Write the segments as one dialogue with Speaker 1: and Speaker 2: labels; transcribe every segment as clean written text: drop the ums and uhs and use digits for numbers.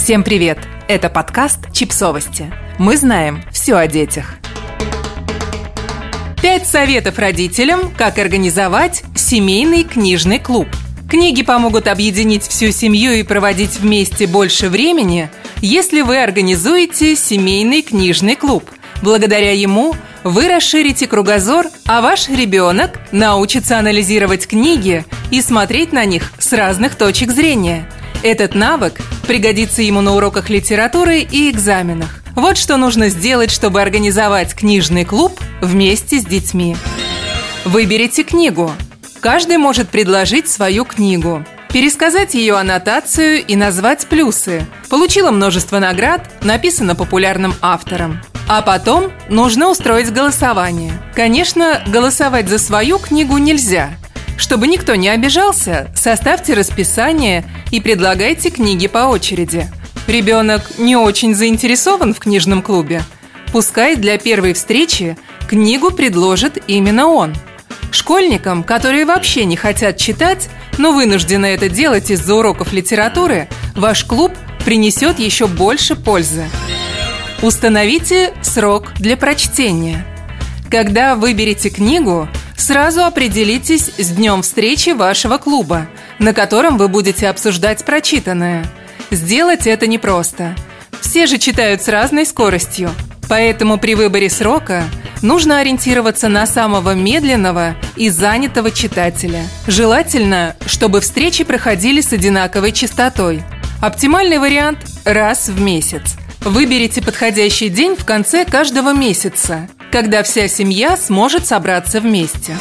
Speaker 1: Всем привет! Это подкаст «Чипсовости». Мы знаем все о детях. 5 советов родителям, как организовать семейный книжный клуб. Книги помогут объединить всю семью и проводить вместе больше времени, если вы организуете семейный книжный клуб. Благодаря ему вы расширите кругозор, а ваш ребенок научится анализировать книги и смотреть на них с разных точек зрения. Этот навык пригодится ему на уроках литературы и экзаменах. Вот что нужно сделать, чтобы организовать книжный клуб вместе с детьми. Выберите книгу. Каждый может предложить свою книгу, пересказать ее аннотацию и назвать плюсы. Получила множество наград, написано популярным автором. А потом нужно устроить голосование. Конечно, голосовать за свою книгу нельзя. Чтобы никто не обижался, составьте расписание и предлагайте книги по очереди. Ребенок не очень заинтересован в книжном клубе. Пускай для первой встречи книгу предложит именно он. Школьникам, которые вообще не хотят читать, но вынуждены это делать из-за уроков литературы, ваш клуб принесет еще больше пользы. Установите срок для прочтения. Когда выберете книгу, сразу определитесь с днем встречи вашего клуба, на котором вы будете обсуждать прочитанное. Сделать это непросто. Все же читают с разной скоростью, поэтому при выборе срока нужно ориентироваться на самого медленного и занятого читателя. Желательно, чтобы встречи проходили с одинаковой частотой. Оптимальный вариант – раз в месяц. Выберите подходящий день в конце каждого месяца, когда вся семья сможет собраться вместе.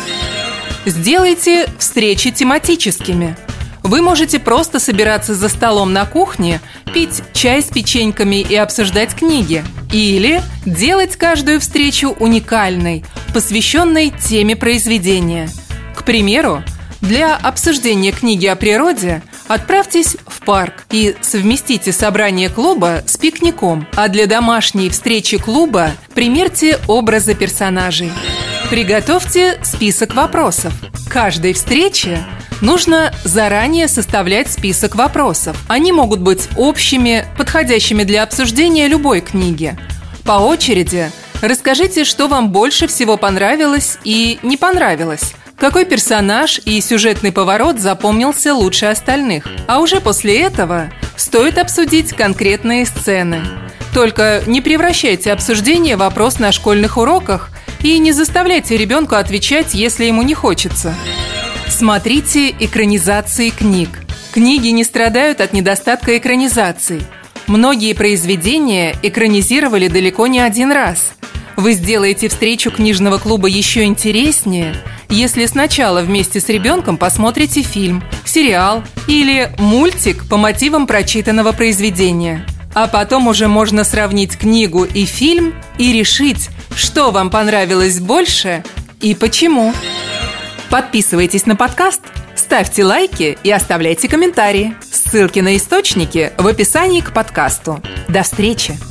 Speaker 1: Сделайте встречи тематическими. Вы можете просто собираться за столом на кухне, пить чай с печеньками и обсуждать книги. Или делать каждую встречу уникальной, посвященной теме произведения. К примеру, для обсуждения книги о природе отправьтесь в парк и совместите собрание клуба с пикником, а для домашней встречи клуба примерьте образы персонажей. Приготовьте список вопросов. К каждой встрече нужно заранее составлять список вопросов. Они могут быть общими, подходящими для обсуждения любой книги. По очереди расскажите, что вам больше всего понравилось и не понравилось. Какой персонаж и сюжетный поворот запомнился лучше остальных? А уже после этого стоит обсудить конкретные сцены. Только не превращайте обсуждение в вопрос на школьных уроках и не заставляйте ребенка отвечать, если ему не хочется. Смотрите экранизации книг. Книги не страдают от недостатка экранизаций. Многие произведения экранизировали далеко не один раз. Вы сделаете встречу книжного клуба еще интереснее, если сначала вместе с ребенком посмотрите фильм, сериал или мультик по мотивам прочитанного произведения. А потом уже можно сравнить книгу и фильм и решить, что вам понравилось больше и почему. Подписывайтесь на подкаст, ставьте лайки и оставляйте комментарии. Ссылки на источники в описании к подкасту. До встречи!